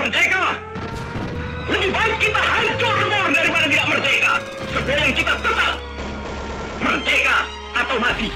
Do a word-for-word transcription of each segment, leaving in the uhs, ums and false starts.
Merdeka! Lebih baik kita hancur semua daripada tidak merdeka. Sebelum kita tetap merdeka atau mati.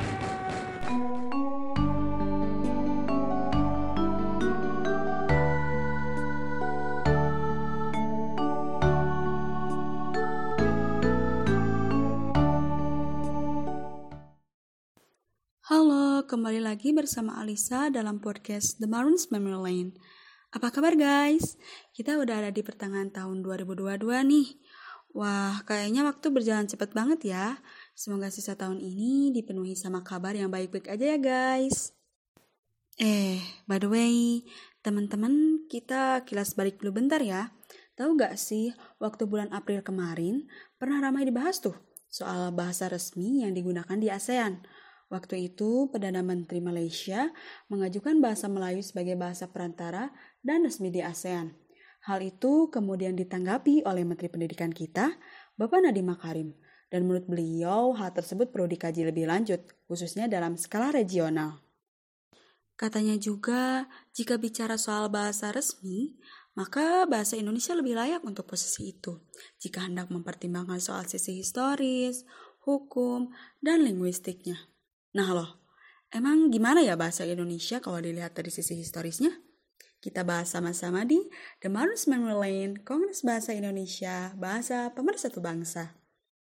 Halo, kembali lagi bersama Alisa dalam podcast The Maroons Memory Lane. Apa kabar guys? Kita udah ada di pertengahan tahun dua ribu dua puluh dua nih. Wah, kayaknya waktu berjalan cepat banget ya. Semoga sisa tahun ini dipenuhi sama kabar yang baik-baik aja ya guys. Eh, by the way, teman-teman kita kilas balik dulu bentar ya. Tahu gak sih, waktu bulan April kemarin pernah ramai dibahas tuh soal bahasa resmi yang digunakan di ASEAN. Waktu itu, Perdana Menteri Malaysia mengajukan bahasa Melayu sebagai bahasa perantara dan resmi di ASEAN. Hal itu kemudian ditanggapi oleh Menteri Pendidikan kita, Bapak Nadiem Makarim. Dan menurut beliau, hal tersebut perlu dikaji lebih lanjut, khususnya dalam skala regional. Katanya juga, jika bicara soal bahasa resmi, maka bahasa Indonesia lebih layak untuk posisi itu, jika hendak mempertimbangkan soal sisi historis, hukum, dan linguistiknya. Nah loh, emang gimana ya bahasa Indonesia kalau dilihat dari sisi historisnya? Kita bahas sama-sama di The Maroons Memory Lane, Kongres Bahasa Indonesia, Bahasa Pemersatu Bangsa.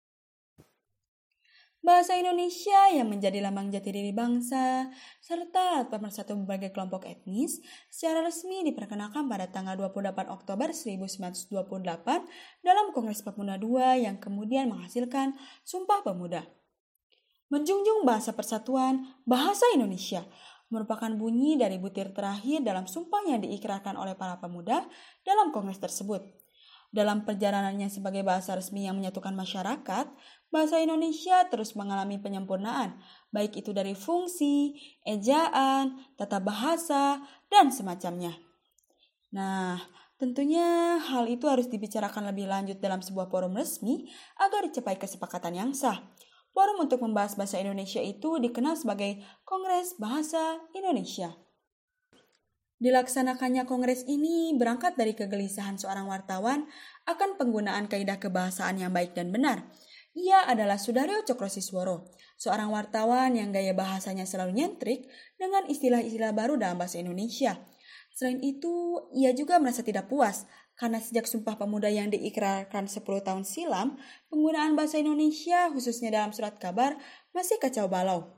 Bahasa Indonesia yang menjadi lambang jati diri bangsa, serta pemersatu berbagai kelompok etnis, secara resmi diperkenalkan pada tanggal dua puluh delapan Oktober seribu sembilan ratus dua puluh delapan dalam Kongres Pemuda kedua yang kemudian menghasilkan Sumpah Pemuda. Menjunjung bahasa persatuan, bahasa Indonesia merupakan bunyi dari butir terakhir dalam sumpah yang diikrarkan oleh para pemuda dalam kongres tersebut. Dalam perjalanannya sebagai bahasa resmi yang menyatukan masyarakat, bahasa Indonesia terus mengalami penyempurnaan, baik itu dari fungsi, ejaan, tata bahasa, dan semacamnya. Nah, tentunya hal itu harus dibicarakan lebih lanjut dalam sebuah forum resmi agar dicapai kesepakatan yang sah. Forum untuk membahas bahasa Indonesia itu dikenal sebagai Kongres Bahasa Indonesia. Dilaksanakannya kongres ini berangkat dari kegelisahan seorang wartawan akan penggunaan kaidah kebahasaan yang baik dan benar. Ia adalah Sudaryo Cokrosisworo, seorang wartawan yang gaya bahasanya selalu nyentrik dengan istilah-istilah baru dalam bahasa Indonesia. Selain itu, ia juga merasa tidak puas karena sejak Sumpah Pemuda yang diikrarkan sepuluh tahun silam, penggunaan bahasa Indonesia khususnya dalam surat kabar masih kacau balau.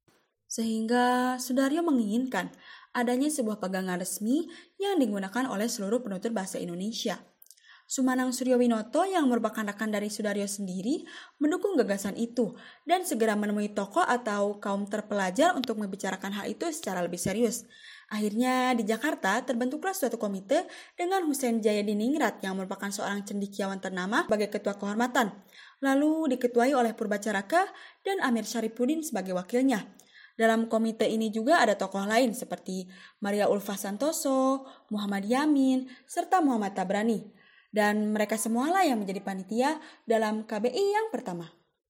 Sehingga Sudaryo menginginkan adanya sebuah pegangan resmi yang digunakan oleh seluruh penutur bahasa Indonesia. Sumanang Suryowinoto yang merupakan rekan dari Sudaryo sendiri mendukung gagasan itu dan segera menemui tokoh atau kaum terpelajar untuk membicarakan hal itu secara lebih serius. Akhirnya di Jakarta terbentuklah suatu komite dengan Hussein Jayadiningrat yang merupakan seorang cendekiawan ternama sebagai ketua kehormatan. Lalu diketuai oleh Purbacaraka dan Amir Syarifuddin sebagai wakilnya. Dalam komite ini juga ada tokoh lain seperti Maria Ulfa Santoso, Muhammad Yamin, serta Muhammad Tabrani. Dan mereka semualah yang menjadi panitia dalam K B I yang pertama.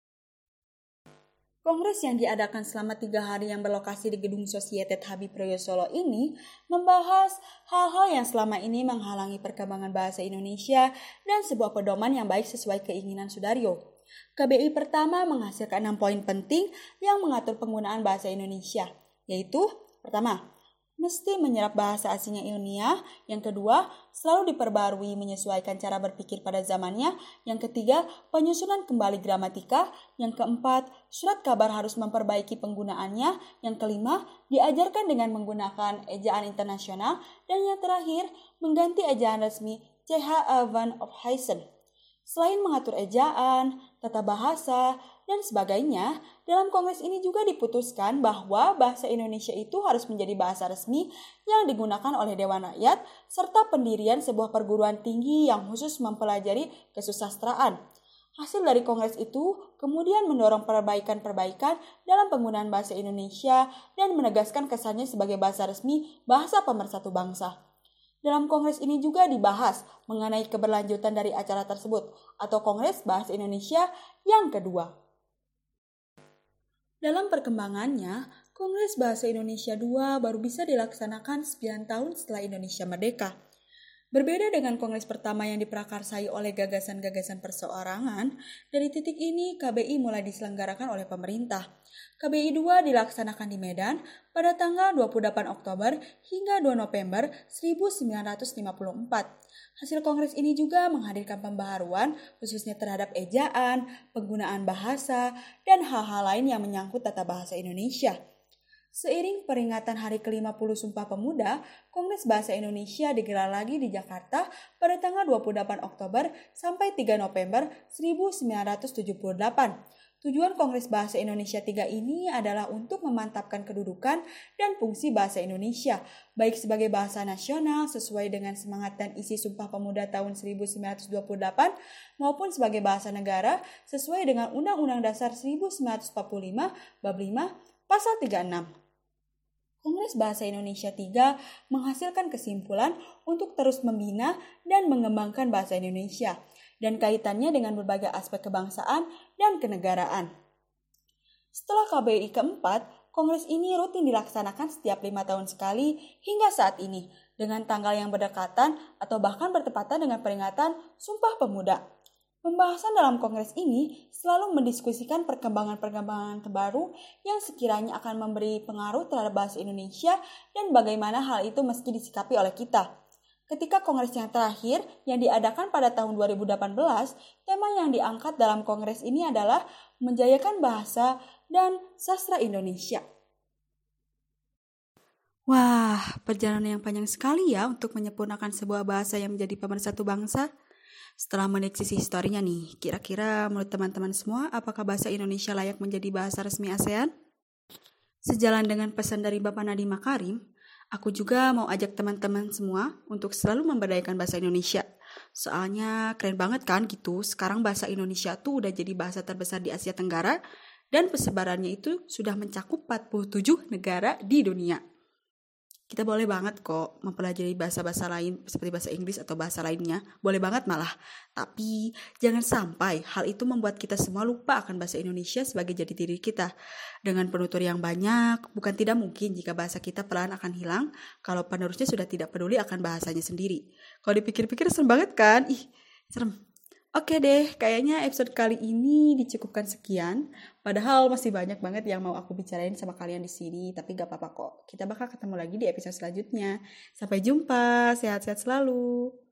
Kongres yang diadakan selama tiga hari yang berlokasi di Gedung Sosietet Habib Royo Solo ini membahas hal-hal yang selama ini menghalangi perkembangan bahasa Indonesia dan sebuah pedoman yang baik sesuai keinginan Sudaryo. K B I pertama menghasilkan enam poin penting yang mengatur penggunaan bahasa Indonesia, yaitu pertama, mesti menyerap bahasa asing yang ilmiah. Yang kedua, selalu diperbarui menyesuaikan cara berpikir pada zamannya. Yang ketiga, penyusunan kembali gramatika. Yang keempat, surat kabar harus memperbaiki penggunaannya. Yang kelima, diajarkan dengan menggunakan ejaan internasional. Dan yang terakhir, mengganti ejaan resmi C H A van Ophuijsen. Selain mengatur ejaan, tata bahasa, dan sebagainya, dalam kongres ini juga diputuskan bahwa bahasa Indonesia itu harus menjadi bahasa resmi yang digunakan oleh Dewan Rakyat, serta pendirian sebuah perguruan tinggi yang khusus mempelajari kesusastraan. Hasil dari kongres itu kemudian mendorong perbaikan-perbaikan dalam penggunaan bahasa Indonesia dan menegaskan kesannya sebagai bahasa resmi bahasa pemersatu bangsa. Dalam kongres ini juga dibahas mengenai keberlanjutan dari acara tersebut atau Kongres Bahasa Indonesia yang kedua. Dalam perkembangannya, Kongres Bahasa Indonesia kedua baru bisa dilaksanakan sembilan tahun setelah Indonesia merdeka. Berbeda dengan kongres pertama yang diprakarsai oleh gagasan-gagasan perseorangan, dari titik ini K B I mulai diselenggarakan oleh pemerintah. K B I dua dilaksanakan di Medan pada tanggal dua puluh delapan Oktober hingga dua November seribu sembilan ratus lima puluh empat. Hasil kongres ini juga menghadirkan pembaharuan khususnya terhadap ejaan, penggunaan bahasa, dan hal-hal lain yang menyangkut tata bahasa Indonesia. Seiring peringatan Hari ke lima puluh Sumpah Pemuda, Kongres Bahasa Indonesia digelar lagi di Jakarta pada tanggal dua puluh delapan Oktober sampai tiga November seribu sembilan ratus tujuh puluh delapan. Tujuan Kongres Bahasa Indonesia tiga ini adalah untuk memantapkan kedudukan dan fungsi bahasa Indonesia, baik sebagai bahasa nasional sesuai dengan semangat dan isi Sumpah Pemuda tahun seribu sembilan ratus dua puluh delapan, maupun sebagai bahasa negara sesuai dengan Undang-Undang Dasar seribu sembilan ratus empat puluh lima, Bab lima, Pasal tiga puluh enam. Kongres Bahasa Indonesia tiga menghasilkan kesimpulan untuk terus membina dan mengembangkan bahasa Indonesia dan kaitannya dengan berbagai aspek kebangsaan dan kenegaraan. Setelah K B I keempat, kongres ini rutin dilaksanakan setiap lima tahun sekali hingga saat ini dengan tanggal yang berdekatan atau bahkan bertepatan dengan peringatan Sumpah Pemuda. Pembahasan dalam kongres ini selalu mendiskusikan perkembangan-perkembangan terbaru yang sekiranya akan memberi pengaruh terhadap bahasa Indonesia dan bagaimana hal itu mesti disikapi oleh kita. Ketika kongres yang terakhir yang diadakan pada tahun dua ribu delapan belas, tema yang diangkat dalam kongres ini adalah menjayakan bahasa dan sastra Indonesia. Wah, perjalanan yang panjang sekali ya untuk menyempurnakan sebuah bahasa yang menjadi pemersatu bangsa. Setelah menelisik historinya nih, kira-kira menurut teman-teman semua, apakah bahasa Indonesia layak menjadi bahasa resmi ASEAN? Sejalan dengan pesan dari Bapak Nadiem Makarim, aku juga mau ajak teman-teman semua untuk selalu memberdayakan bahasa Indonesia. Soalnya keren banget kan gitu, sekarang bahasa Indonesia tuh udah jadi bahasa terbesar di Asia Tenggara dan persebarannya itu sudah mencakup empat puluh tujuh negara di dunia. Kita boleh banget kok mempelajari bahasa-bahasa lain seperti bahasa Inggris atau bahasa lainnya. Boleh banget malah. Tapi jangan sampai hal itu membuat kita semua lupa akan bahasa Indonesia sebagai jati diri kita. Dengan penutur yang banyak, bukan tidak mungkin jika bahasa kita perlahan akan hilang kalau penerusnya sudah tidak peduli akan bahasanya sendiri. Kalau dipikir-pikir serem banget kan? Ih, serem. Oke deh, kayaknya episode kali ini dicukupkan sekian. Padahal masih banyak banget yang mau aku bicarain sama kalian di sini, tapi gak apa-apa kok. Kita bakal ketemu lagi di episode selanjutnya. Sampai jumpa, sehat-sehat selalu.